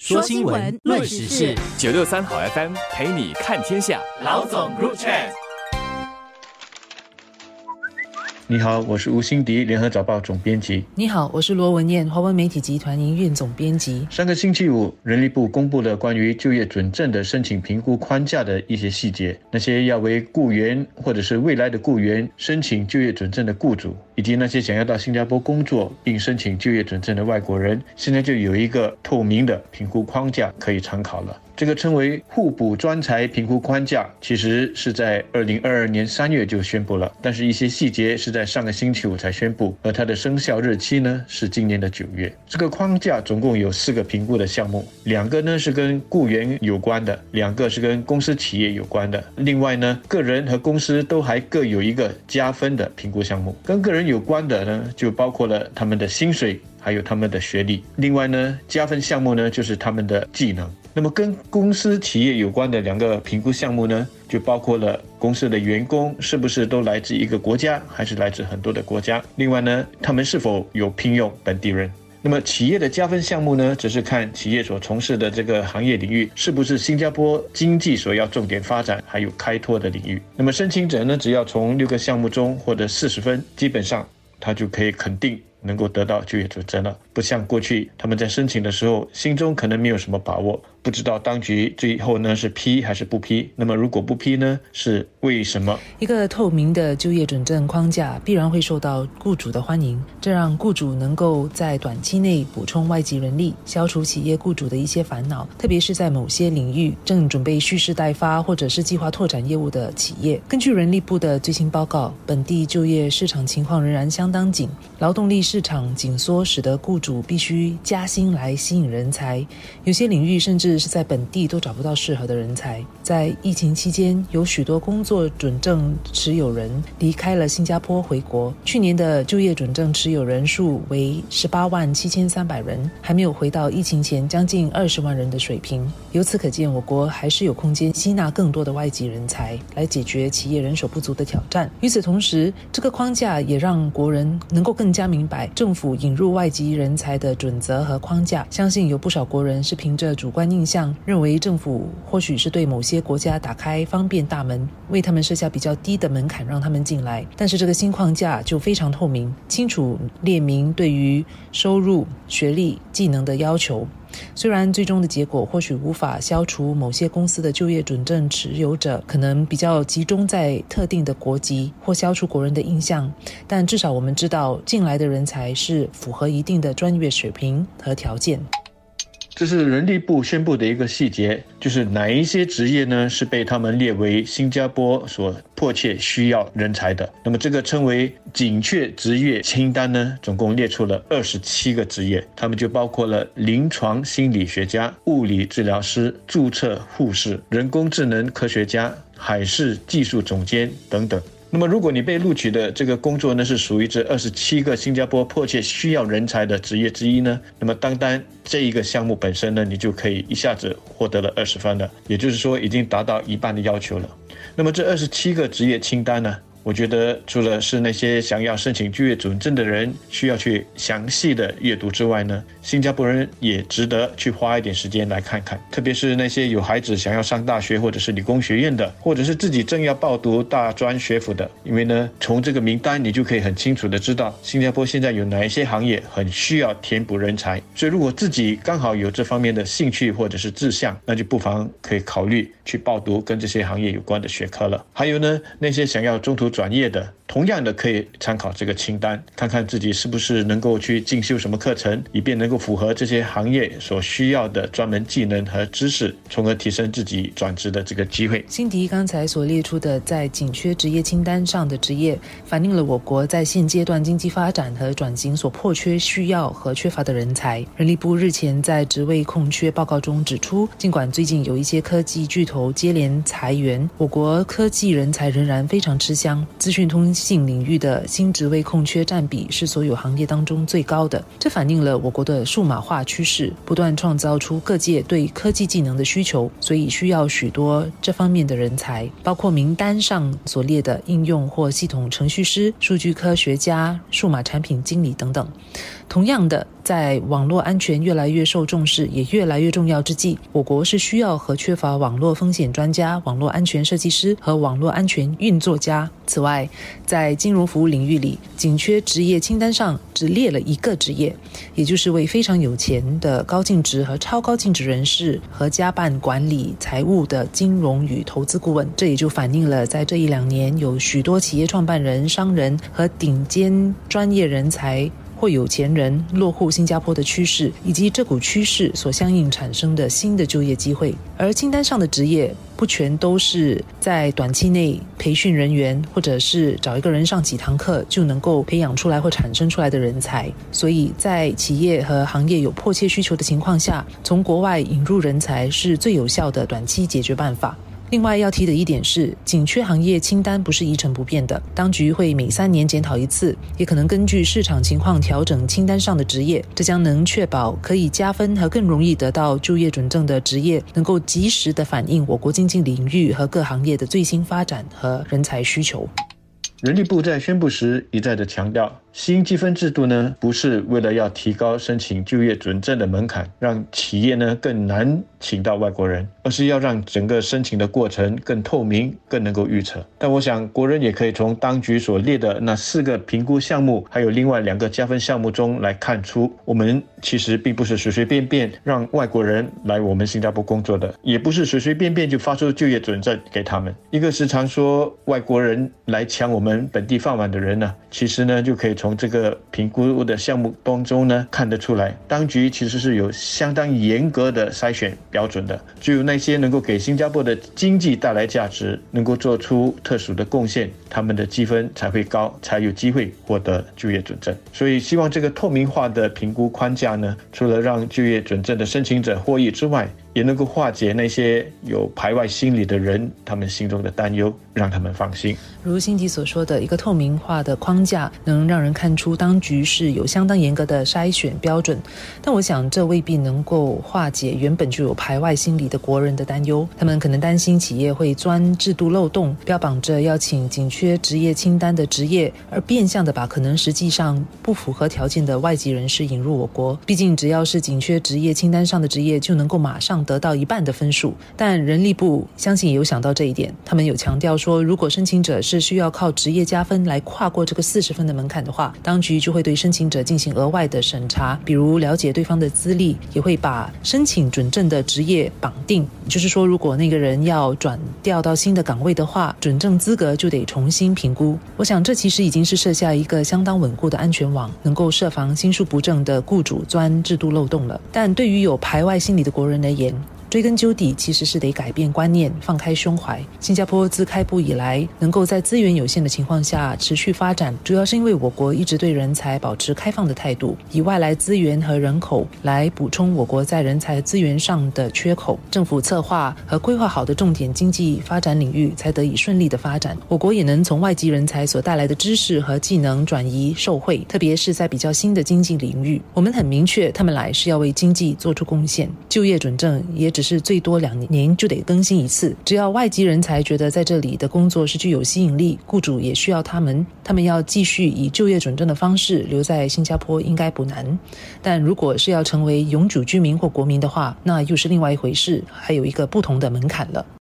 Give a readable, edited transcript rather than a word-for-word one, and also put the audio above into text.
说新闻，论时事 ，963好 FM 陪你看天下。 老总 Group Chat。 你好，我是吴欣迪，联合早报总编辑。 你好，我是罗文燕，华文媒体集团营运总编辑。 上个星期五，人力部公布了关于就业准证的申请评估框架的一些细节，那些要为雇员或者是未来的雇员申请就业准证的雇主，以及那些想要到新加坡工作并申请就业准证的外国人，现在就有一个透明的评估框架可以参考了。这个称为互补专才评估框架，其实是在2022年3月就宣布了，但是一些细节是在上个星期五才宣布，而它的生效日期呢是今年的9月。这个框架总共有4个评估的项目，2个呢是跟雇员有关的，2个是跟公司企业有关的，另外呢个人和公司都还各有一个加分的评估项目。跟个人有关的呢就包括了他们的薪水还有他们的学历，另外呢加分项目呢就是他们的技能。那么跟公司企业有关的2个评估项目呢，就包括了公司的员工是不是都来自一个国家，还是来自很多的国家，另外呢他们是否有聘用本地人。那么企业的加分项目呢，只是看企业所从事的这个行业领域是不是新加坡经济所要重点发展还有开拓的领域。那么申请者呢，只要从6个项目中获得40分，基本上他就可以肯定能够得到就业准证了。不像过去他们在申请的时候心中可能没有什么把握，不知道当局最后呢是批还是不批，那么如果不批呢是为什么。 一个透明的就业准证框架必然会受到雇主的欢迎，这让雇主能够在短期内补充外籍人力，消除企业雇主的一些烦恼，特别是在某些领域正准备蓄势待发或者是计划拓展业务的企业。根据人力部的最新报告，本地就业市场情况仍然相当紧，劳动力市场紧缩使得雇主必须加薪来吸引人才，有些领域甚至是在本地都找不到适合的人才。在疫情期间，有许多工作准证持有人离开了新加坡回国，去年的就业准证持有人数为187300人，还没有回到疫情前将近20万人的水平。由此可见，我国还是有空间吸纳更多的外籍人才，来解决企业人手不足的挑战。与此同时，这个框架也让国人能够更加明白政府引入外籍人才的准则和框架。相信有不少国人是凭着主观印象，认为政府或许是对某些国家打开方便大门，为他们设下比较低的门槛让他们进来。但是这个新框架就非常透明，清楚列明对于收入、学历、技能的要求。虽然最终的结果或许无法消除某些公司的就业准证持有者可能比较集中在特定的国籍，或消除国人的印象，但至少我们知道进来的人才是符合一定的专业水平和条件。 这是人力部宣布的一个细节，就是哪一些职业呢是被他们列为新加坡所迫切需要人才的。那么这个称为紧缺职业清单呢，总共列出了27个职业，他们就包括了临床心理学家、物理治疗师、注册护士、人工智能科学家、海事技术总监等等。那么如果你被录取的这个工作呢是属于这27个新加坡迫切需要人才的职业之一呢，那么单单这一个项目本身呢，你就可以一下子获得了20分了，也就是说已经达到一半的要求了。那么这27个职业清单呢，我觉得除了是那些想要申请就业准证的人需要去详细的阅读之外呢，新加坡人也值得去花一点时间来看看，特别是那些有孩子想要上大学或者是理工学院的，或者是自己正要报读大专学府的。因为呢，从这个名单你就可以很清楚的知道新加坡现在有哪一些行业很需要填补人才，所以如果自己刚好有这方面的兴趣或者是志向，那就不妨可以考虑去报读跟这些行业有关的学科了。还有呢，那些想要中途转业的，同样的可以参考这个清单，看看自己是不是能够去进修什么课程，以便能够符合这些行业所需要的专门技能和知识，从而提升自己转职的这个机会。 辛迪刚才所列出的在紧缺职业清单上的职业，反映了我国在现阶段经济发展和转型所迫缺需要和缺乏的人才。人力部日前在职位空缺报告中指出，尽管最近有一些科技巨头接连裁员，我国科技人才仍然非常吃香，资讯通信领域的新职位空缺占比是所有行业当中最高的。这反映了我国的数码化趋势，不断创造出各界对科技技能的需求，所以需要许多这方面的人才，包括名单上所列的应用或系统程序师、数据科学家、数码产品经理等等。 同样的，在网络安全越来越受重视也越来越重要之际，我国是需要和缺乏网络风险专家、网络安全设计师和网络安全运作家。此外，在金融服务领域里，紧缺职业清单上只列了一个职业，也就是为非常有钱的高净值和超高净值人士和家办管理财务的金融与投资顾问。这也就反映了在这1-2年有许多企业创办人、商人和顶尖专业人才或有钱人落户新加坡的趋势，以及这股趋势所相应产生的新的就业机会。而清单上的职业不全都是在短期内培训人员，或者是找一个人上几堂课就能够培养出来或产生出来的人才，所以在企业和行业有迫切需求的情况下，从国外引入人才是最有效的短期解决办法。另外要提的一点是，紧缺行业清单不是一成不变的，当局会每3年检讨一次，也可能根据市场情况调整清单上的职业，这将能确保可以加分和更容易得到就业准证的职业能够及时地反映我国经济领域和各行业的最新发展和人才需求。 人力部在宣布时一再的强调，新积分制度呢，不是为了要提高申请就业准证的门槛，让企业呢更难请到外国人，而是要让整个申请的过程更透明，更能够预测。但我想国人也可以从当局所列的那4个评估项目，还有另外2个加分项目中来看出，我们其实并不是随随便便让外国人来我们新加坡工作的，也不是随随便便就发出就业准证给他们。一个时常说外国人来抢我们本地饭碗的人呢，其实呢就可以从这个评估的项目当中呢看得出来，当局其实是有相当严格的筛选标准的，只有那些能够给新加坡的经济带来价值，能够做出特殊的贡献，他们的积分才会高，才有机会获得就业准证。所以希望这个透明化的评估框架呢，除了让就业准证的申请者获益之外，也能够化解那些有排外心理的人他们心中的担忧，让他们放心。 如辛迪所说的，一个透明化的框架能让人看出当局是有相当严格的筛选标准，但我想这未必能够化解原本就有排外心理的国人的担忧。他们可能担心企业会钻制度漏洞，标榜着要请紧缺职业清单的职业，而变相的把可能实际上不符合条件的外籍人士引入我国。毕竟只要是紧缺职业清单上的职业，就能够马上得到1半的分数。但人力部相信也有想到这一点，他们有强调说，如果申请者是需要靠职业加分来跨过这个40分的门槛的话，当局就会对申请者进行额外的审查，比如了解对方的资历，也会把申请准证的职业绑定，就是说如果那个人要转调到新的岗位的话，准证资格就得重新评估。我想这其实已经是设下一个相当稳固的安全网，能够设防心术不正的雇主钻制度漏洞了。但对于有排外心理的国人而言，追根究底其实是得改变观念，放开胸怀。新加坡自开埠以来能够在资源有限的情况下持续发展，主要是因为我国一直对人才保持开放的态度，以外来资源和人口来补充我国在人才资源上的缺口。政府策划和规划好的重点经济发展领域才得以顺利的发展，我国也能从外籍人才所带来的知识和技能转移受惠，特别是在比较新的经济领域，我们很明确他们来是要为经济做出贡献。就业准证也只是最多2年就得更新一次，只要外籍人才觉得在这里的工作是具有吸引力，雇主也需要他们要继续以就业准证的方式留在新加坡应该不难。但如果是要成为永久居民或国民的话，那又是另外一回事，还有一个不同的门槛了。